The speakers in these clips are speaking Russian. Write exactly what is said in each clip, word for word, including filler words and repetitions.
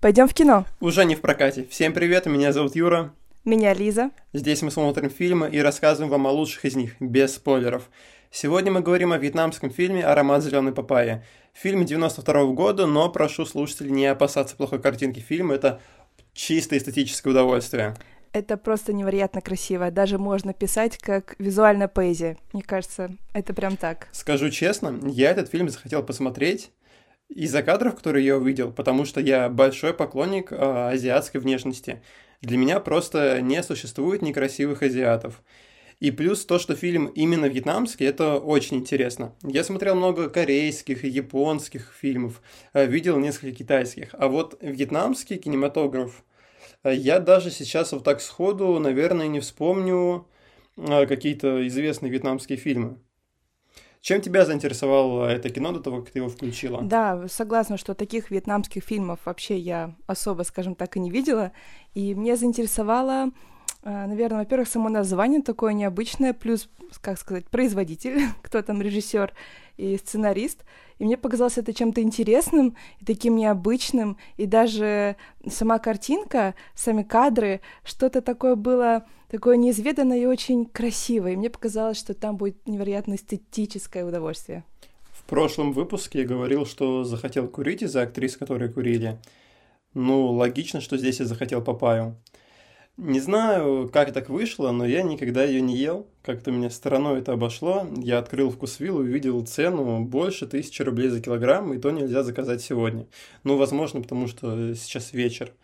Пойдем в кино. Уже не в прокате. Всем привет, меня зовут Юра. Меня Лиза. Здесь мы смотрим фильмы и рассказываем вам о лучших из них, без спойлеров. Сегодня мы говорим о вьетнамском фильме «Аромат зеленой папайи». Фильм девяносто второго года, но прошу слушателей не опасаться плохой картинки фильма, это чисто эстетическое удовольствие. Это просто невероятно красиво. Даже можно писать как визуальная поэзия. Мне кажется, это прям так. Скажу честно, я этот фильм захотел посмотреть из-за кадров, которые я увидел, потому что я большой поклонник э, азиатской внешности. Для меня просто не существует некрасивых азиатов. И плюс то, что фильм именно вьетнамский, это очень интересно. Я смотрел много корейских и японских фильмов, э, видел несколько китайских. А вот вьетнамский кинематограф, э, я даже сейчас вот так сходу, наверное, не вспомню э, какие-то известные вьетнамские фильмы. Чем тебя заинтересовало это кино до того, как ты его включила? Да, согласна, что таких вьетнамских фильмов вообще я особо, скажем так, и не видела. И мне заинтересовало, наверное, во-первых, само название такое необычное, плюс, как сказать, производитель, кто там режиссер и сценарист. И мне показалось это чем-то интересным и таким необычным. И даже сама картинка, сами кадры, что-то такое было... такое неизведанное и очень красивое. И мне показалось, что там будет невероятно эстетическое удовольствие. В прошлом выпуске я говорил, что захотел курить из-за актрис, которые курили. Ну, логично, что здесь я захотел папайю. Не знаю, как так вышло, но я никогда ее не ел. Как-то меня стороной это обошло. Я открыл вкусвилл и увидел цену больше тысячи рублей за килограмм, и то нельзя заказать сегодня. Ну, возможно, потому что сейчас вечер.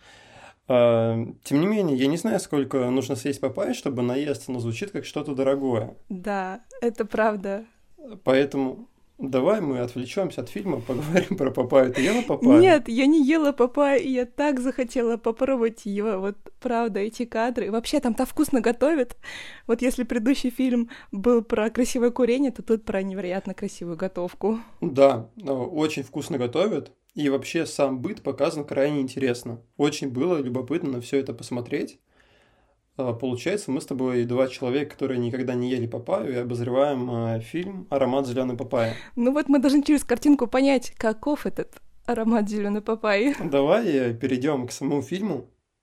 Тем не менее, я не знаю, сколько нужно съесть папайи, чтобы наесться, но звучит как что-то дорогое. Да, это правда. Поэтому давай мы отвлечемся от фильма, поговорим про папайю. Ты ела папайю? Нет, я не ела папайю, и я так захотела попробовать ее. Вот правда, эти кадры. Вообще там-то вкусно готовят. Вот если предыдущий фильм был про красивое курение, то тут про невероятно красивую готовку. Да, очень вкусно готовят. И вообще сам быт показан крайне интересно. Очень было любопытно на все это посмотреть. Получается, мы с тобой два человека, которые никогда не ели папайю, и обозреваем фильм «Аромат зеленой папайи». Ну вот мы должны через картинку понять, каков этот аромат зеленой папайи. Давай перейдем к самому фильму.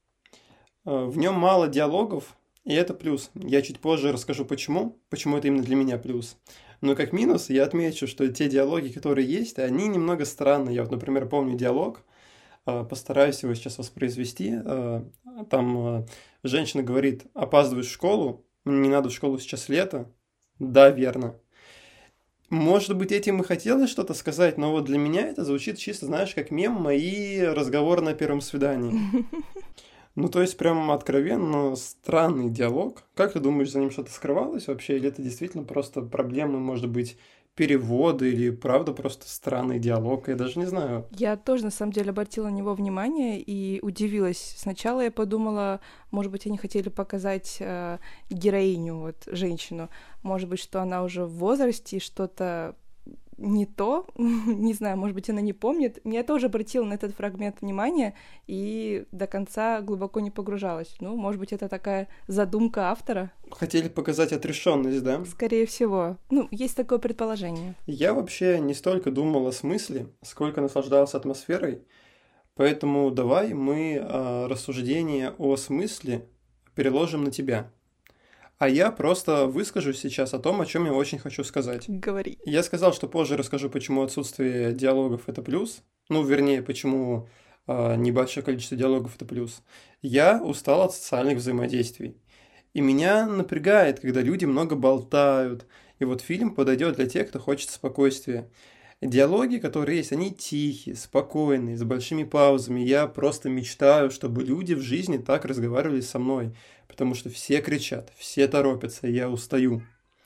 В нем мало диалогов, и это плюс. Я чуть позже расскажу, почему. Почему это именно для меня плюс. Но как минус я отмечу, что те диалоги, которые есть, они немного странные. Я вот, например, помню диалог, постараюсь его сейчас воспроизвести. Там женщина говорит: опаздываешь в школу, мне не надо в школу, сейчас лето. Да, верно. Может быть, этим и хотелось что-то сказать, но вот для меня это звучит чисто, знаешь, как мем мои разговоры на первом свидании. Ну, то есть, прям откровенно странный диалог. Как ты думаешь, за ним что-то скрывалось вообще? Или это действительно просто проблемы, может быть, перевода, или правда просто странный диалог? Я даже не знаю. Я тоже, на самом деле, обратила на него внимание и удивилась. Сначала я подумала, может быть, они хотели показать э, героиню, вот, женщину. Может быть, что она уже в возрасте, что-то... не то, не знаю, может быть, она не помнит. Я тоже обратила на этот фрагмент внимание и до конца глубоко не погружалась. Ну, может быть, это такая задумка автора. Хотели показать отрешенность, да? Скорее всего. Ну, есть такое предположение. Я вообще не столько думал о смысле, сколько наслаждался атмосферой. Поэтому давай мы э, рассуждение о смысле переложим на тебя. А я просто выскажу сейчас о том, о чем я очень хочу сказать. Говори. Я сказал, что позже расскажу, почему отсутствие диалогов – это плюс. Ну, вернее, почему э, небольшое количество диалогов – это плюс. Я устал от социальных взаимодействий. И меня напрягает, когда люди много болтают. И вот фильм подойдет для тех, кто хочет спокойствия. Диалоги, которые есть, они тихие, спокойные, с большими паузами. Я просто мечтаю, чтобы люди в жизни так разговаривали со мной. Потому что все кричат, все торопятся, и я устаю.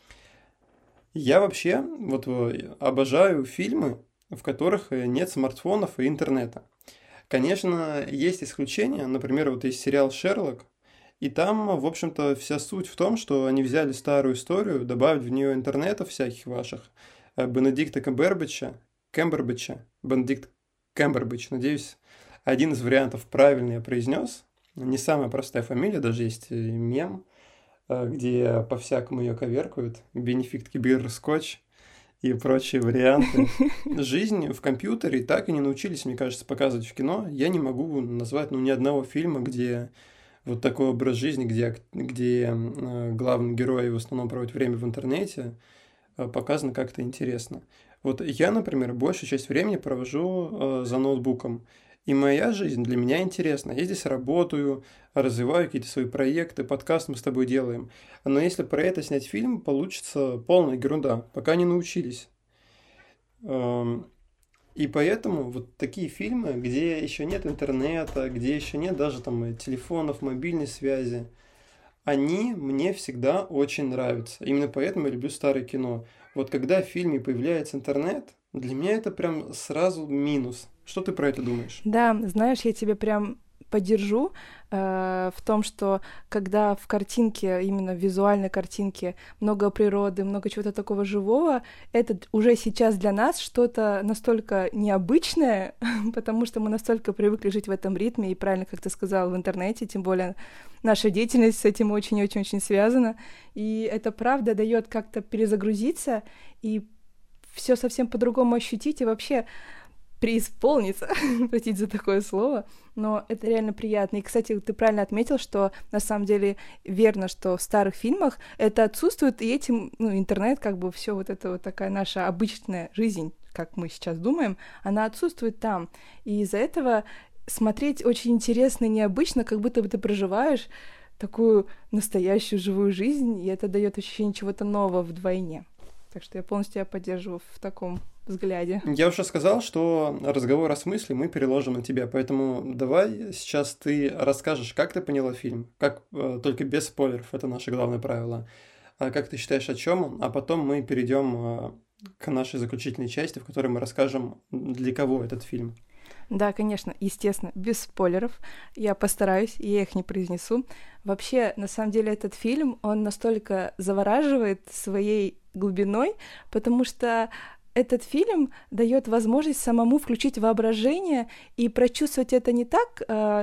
Я вообще вот обожаю фильмы, в которых нет смартфонов и интернета. Конечно, есть исключения. Например, вот есть сериал «Шерлок», и там, в общем-то, вся суть в том, что они взяли старую историю, добавили в нее интернета всяких ваших, Бенедикта Камбербэтча, Кэмбербэтча, Бенедикт Кэмбербэтч, надеюсь, один из вариантов правильно я произнес. Не самая простая фамилия, даже есть мем, где по-всякому ее коверкают. Бенефикт Кибир Скотч. и прочие варианты. Жизнь в компьютере так и не научились, мне кажется, показывать в кино. Я не могу назвать, ну, ни одного фильма, где вот такой образ жизни, где, где э, главный герой в основном проводит время в интернете, э, показано как-то интересно. Вот я, например, большую часть времени провожу э, за ноутбуком. И моя жизнь для меня интересна. Я здесь работаю, развиваю какие-то свои проекты, подкаст мы с тобой делаем. Но если про это снять фильм, получится полная ерунда, пока не научились. Эм, И поэтому вот такие фильмы, где еще нет интернета, где еще нет даже там телефонов, мобильной связи, они мне всегда очень нравятся. Именно поэтому я люблю старое кино. Вот когда в фильме появляется интернет, для меня это прям сразу минус. Что ты про это думаешь? Да, знаешь, я тебя прям поддержу э, в том, что когда в картинке, именно в визуальной картинке, много природы, много чего-то такого живого, это уже сейчас для нас что-то настолько необычное, потому что мы настолько привыкли жить в этом ритме, и правильно, как ты сказала, в интернете, тем более наша деятельность с этим очень-очень-очень связана, и это правда дает как-то перезагрузиться и все совсем по-другому ощутить, и вообще преисполниться, простите за такое слово, но это реально приятно. И, кстати, ты правильно отметил, что на самом деле верно, что в старых фильмах это отсутствует, и этим, ну, интернет, как бы все вот это вот такая наша обычная жизнь, как мы сейчас думаем, она отсутствует там. И из-за этого смотреть очень интересно и необычно, как будто бы ты проживаешь такую настоящую живую жизнь, и это дает ощущение чего-то нового вдвойне. Так что я полностью тебя поддерживаю в таком взгляде. Я уже сказал, что разговор о смысле мы переложим на тебя, поэтому давай сейчас ты расскажешь, как ты поняла фильм, как э, только без спойлеров, это наше главное правило. А как ты считаешь, о чем он, а потом мы перейдем э, к нашей заключительной части, в которой мы расскажем, для кого этот фильм. Да, конечно, естественно, без спойлеров. Я постараюсь, и я их не произнесу. Вообще, на самом деле, этот фильм, он настолько завораживает своей глубиной, потому что этот фильм дает возможность самому включить воображение и прочувствовать это не так, э,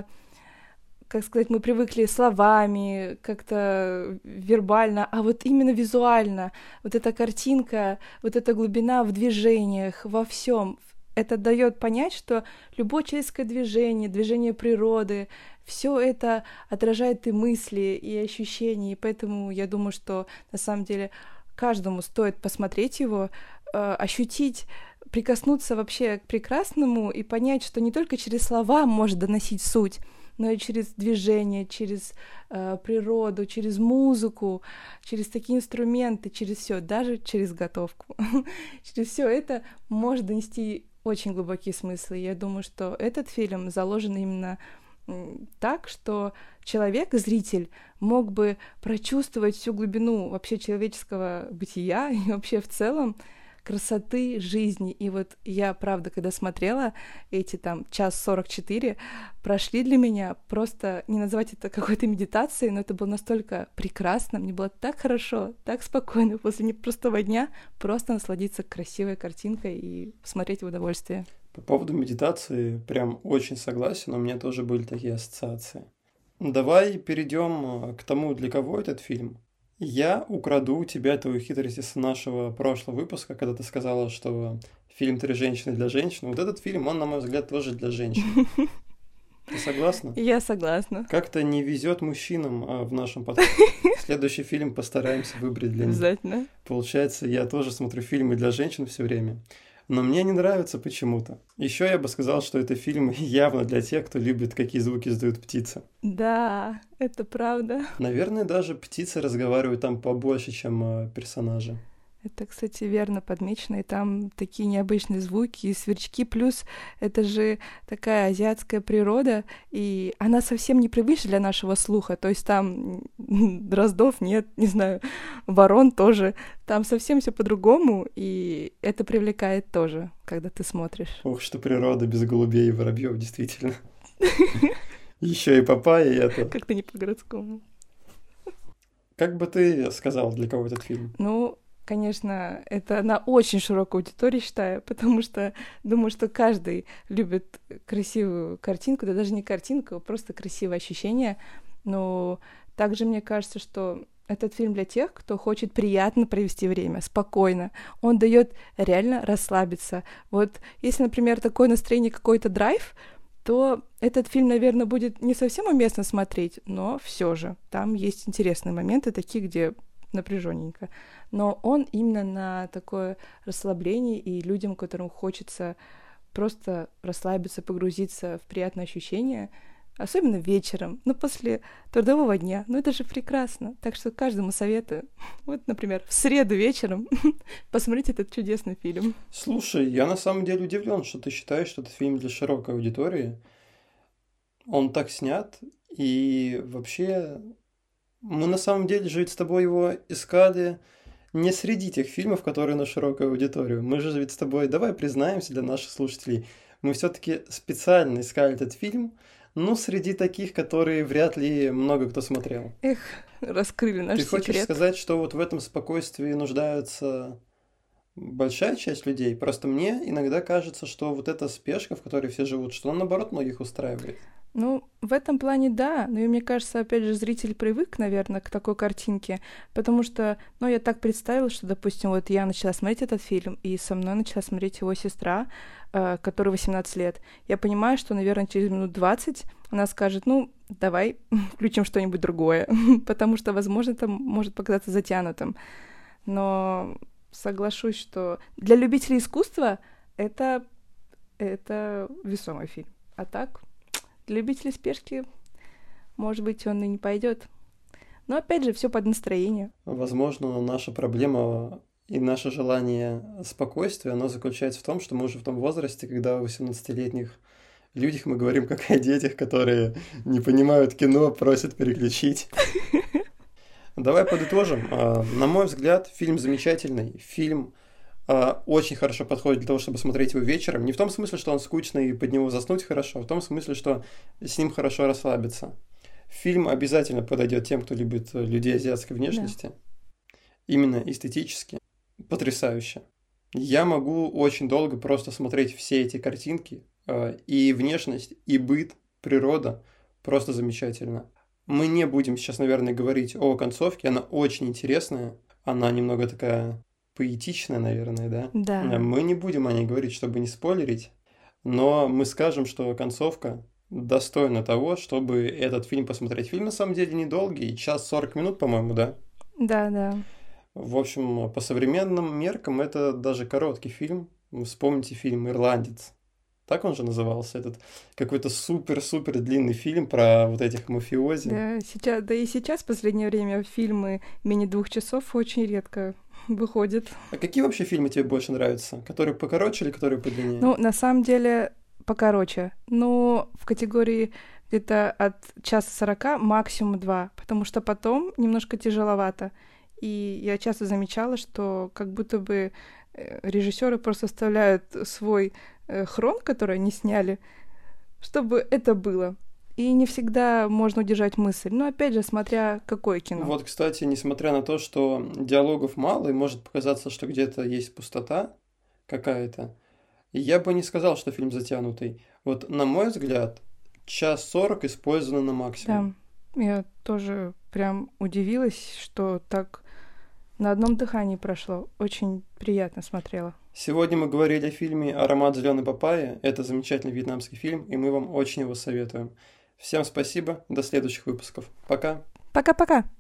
как сказать, мы привыкли словами, как-то вербально, а вот именно визуально. Вот эта картинка, вот эта глубина в движениях, во всем. Это дает понять, что любое человеческое движение, движение природы, все это отражает и мысли, и ощущения, и поэтому я думаю, что на самом деле каждому стоит посмотреть его, э, ощутить, прикоснуться вообще к прекрасному и понять, что не только через слова может доносить суть, но и через движение, через э, природу, через музыку, через такие инструменты, через все, даже через готовку. Через все это может донести очень глубокие смыслы. Я думаю, что этот фильм заложен именно так, что человек, зритель, мог бы прочувствовать всю глубину вообще человеческого бытия и вообще в целом красоты жизни. И вот я, правда, когда смотрела, эти там час сорок четыре прошли для меня, просто не называть это какой-то медитацией, но это было настолько прекрасно, мне было так хорошо, так спокойно после непростого дня просто насладиться красивой картинкой и смотреть в удовольствие. По поводу медитации прям очень согласен, у меня тоже были такие ассоциации. Давай перейдем к тому, для кого этот фильм. Я украду у тебя твою хитрость из нашего прошлого выпуска, когда ты сказала, что фильм «Три женщины для женщин». Вот этот фильм, он, на мой взгляд, тоже для женщин. Ты согласна? Я согласна. Как-то не везет мужчинам а, в нашем подкасте. Следующий фильм постараемся выбрать для них. Обязательно. Получается, я тоже смотрю фильмы для женщин все время. Но мне не нравится почему-то. Еще я бы сказал, что это фильм явно для тех, кто любит, какие звуки издают птицы. Да, это правда. Наверное, даже птицы разговаривают там побольше, чем э, персонажи. Это, кстати, верно подмечено, и там такие необычные звуки, и сверчки, плюс это же такая азиатская природа, и она совсем непривычна для нашего слуха, то есть там дроздов нет, не знаю, ворон тоже, там совсем все по-другому, и это привлекает тоже, когда ты смотришь. Ух, что природа без голубей и воробьев, действительно. Еще и папайя, и это... Как-то не по-городскому. Как бы ты сказал, для кого этот фильм? Ну... Конечно, это на очень широкую аудиторию, считаю, потому что думаю, что каждый любит красивую картинку, да даже не картинку, а просто красивое ощущение. Но также мне кажется, что Этот фильм для тех, кто хочет приятно провести время, спокойно. Он дает реально расслабиться. Вот если, например, такое настроение, какой-то драйв, то этот фильм, наверное, будет не совсем уместно смотреть, но все же там есть интересные моменты, такие, где напряженненько. Но он именно на такое расслабление, и людям, которым хочется просто расслабиться, погрузиться в приятные ощущения, особенно вечером, ну, после трудового дня. Ну, это же прекрасно. Так что каждому советую. Вот, например, в среду вечером посмотрите этот чудесный фильм. Слушай, я на самом деле удивлен, что ты считаешь, что это фильм для широкой аудитории. Он так снят, и вообще мы на самом деле же ведь с тобой его искали не среди тех фильмов, которые на широкую аудиторию. Мы же ведь с тобой, давай признаемся для наших слушателей, мы все-таки специально искали этот фильм, ну, среди таких, которые вряд ли много кто смотрел. Эх, раскрыли наш Ты секрет. хочешь сказать, что вот в этом спокойствии нуждаются большая часть людей? Просто мне иногда кажется, что вот эта спешка, в которой все живут, что она, наоборот, многих устраивает. Ну, в этом плане да, но и мне кажется, опять же, зритель привык, наверное, к такой картинке, потому что, ну, я так представила, что, допустим, вот я начала смотреть этот фильм, и со мной начала смотреть его сестра, э, которой восемнадцать лет. Я понимаю, что, наверное, через минут двадцать она скажет, ну, давай включим что-нибудь другое, потому что, возможно, это может показаться затянутым. Но соглашусь, что для любителей искусства это, это весомый фильм. А так... Для любителей спешки, может быть, он и не пойдет. Но опять же, все под настроение. Возможно, наша проблема и наше желание спокойствия, оно заключается в том, что мы уже в том возрасте, когда о восемнадцатилетних людях мы говорим как о детях, которые не понимают кино, просят переключить. Давай подытожим. На мой взгляд, фильм замечательный. Фильм очень хорошо подходит для того, чтобы смотреть его вечером. Не в том смысле, что он скучный и под него заснуть хорошо, а в том смысле, что с ним хорошо расслабиться. Фильм обязательно подойдет тем, кто любит людей азиатской внешности. Да. Именно эстетически. Потрясающе. Я могу очень долго просто смотреть все эти картинки. И внешность, и быт, природа. Просто замечательно. Мы не будем сейчас, наверное, говорить о концовке. Она очень интересная. Она немного такая... поэтичная, наверное, да? Да. Мы не будем о ней говорить, чтобы не спойлерить, но мы скажем, что концовка достойна того, чтобы этот фильм посмотреть. Фильм на самом деле недолгий, час сорок минут, по-моему, да? Да, да. В общем, по современным меркам это даже короткий фильм. Вспомните фильм «Ирландец». Так он же назывался, этот какой-то супер-супер длинный фильм про вот этих мафиози. Да, сейчас, да и сейчас в последнее время фильмы менее двух часов очень редко выходят. А какие вообще фильмы тебе больше нравятся? Которые покороче или которые подлиннее? Ну, на самом деле, покороче. Но в категории где-то от часа сорока максимум два, потому что потом немножко тяжеловато. И я часто замечала, что как будто бы режиссеры просто вставляют свой э, хрон, который они сняли, чтобы это было. И не всегда можно удержать мысль. Но опять же, смотря какое кино. Вот, кстати, несмотря на то, что диалогов мало, и может показаться, что где-то есть пустота какая-то, я бы не сказал, что фильм затянутый. Вот, на мой взгляд, час сорок использовано на максимум. Да, я тоже прям удивилась, что так на одном дыхании прошло. Очень приятно смотрела. Сегодня мы говорили о фильме «Аромат зеленой папайи». Это замечательный вьетнамский фильм, и мы вам очень его советуем. Всем спасибо, до следующих выпусков. Пока. Пока-пока.